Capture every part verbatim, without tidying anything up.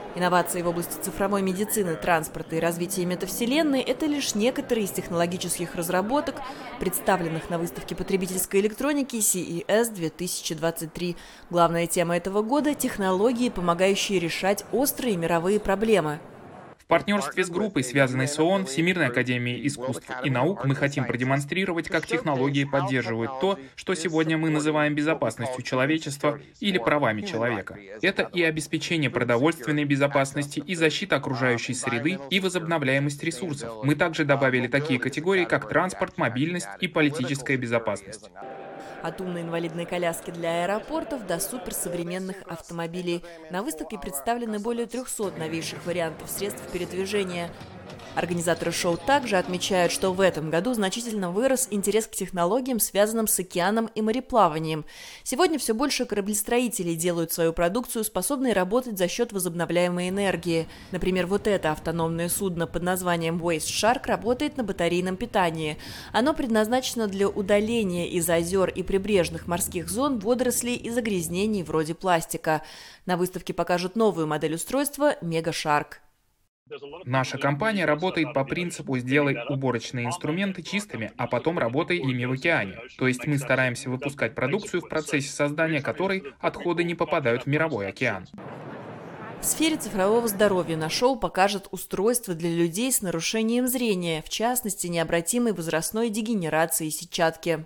Инновации в области цифровой медицины, транспорта и развития метавселенной – это лишь некоторые из технологических разработок, представленных на выставке потребительской электроники си и эс две тысячи двадцать три. Главная тема этого года – технологии, помогающие решать острые мировые проблемы. В партнерстве с группой, связанной с ООН, Всемирной академией искусств и наук, мы хотим продемонстрировать, как технологии поддерживают то, что сегодня мы называем безопасностью человечества или правами человека. Это и обеспечение продовольственной безопасности, и защита окружающей среды, и возобновляемость ресурсов. Мы также добавили такие категории, как транспорт, мобильность и политическая безопасность. От умной инвалидной коляски для аэропортов до суперсовременных автомобилей. На выставке представлены более трёхсот новейших вариантов средств передвижения. Организаторы шоу также отмечают, что в этом году значительно вырос интерес к технологиям, связанным с океаном и мореплаванием. Сегодня все больше кораблестроителей делают свою продукцию, способной работать за счет возобновляемой энергии. Например, вот это автономное судно под названием Waste Shark работает на батарейном питании. Оно предназначено для удаления из озер и прибрежных морских зон водорослей и загрязнений вроде пластика. На выставке покажут новую модель устройства Mega Shark. Наша компания работает по принципу «сделай уборочные инструменты чистыми, а потом работай ими в океане». То есть мы стараемся выпускать продукцию, в процессе создания которой отходы не попадают в мировой океан. В сфере цифрового здоровья на шоу покажут устройства для людей с нарушением зрения, в частности, необратимой возрастной дегенерации сетчатки.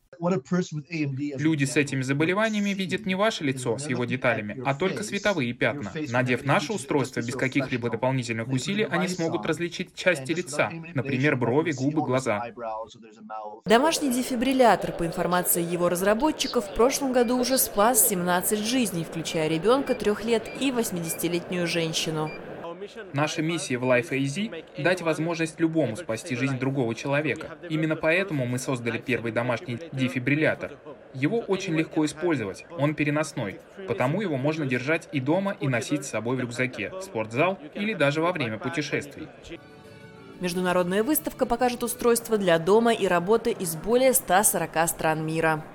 Люди с этими заболеваниями видят не ваше лицо с его деталями, а только световые пятна. Надев наше устройство без каких-либо дополнительных усилий, они смогут различить части лица, например, брови, губы, глаза. Домашний дефибриллятор, по информации его разработчиков, в прошлом году уже спас семнадцать жизней, включая ребенка трех лет и восьмидесятилетнюю женщину. Наша миссия в Life.эй зет – дать возможность любому спасти жизнь другого человека. Именно поэтому мы создали первый домашний дефибриллятор. Его очень легко использовать, он переносной, потому его можно держать и дома, и носить с собой в рюкзаке, в спортзал или даже во время путешествий. Международная выставка покажет устройства для дома и работы из более ста сорока стран мира.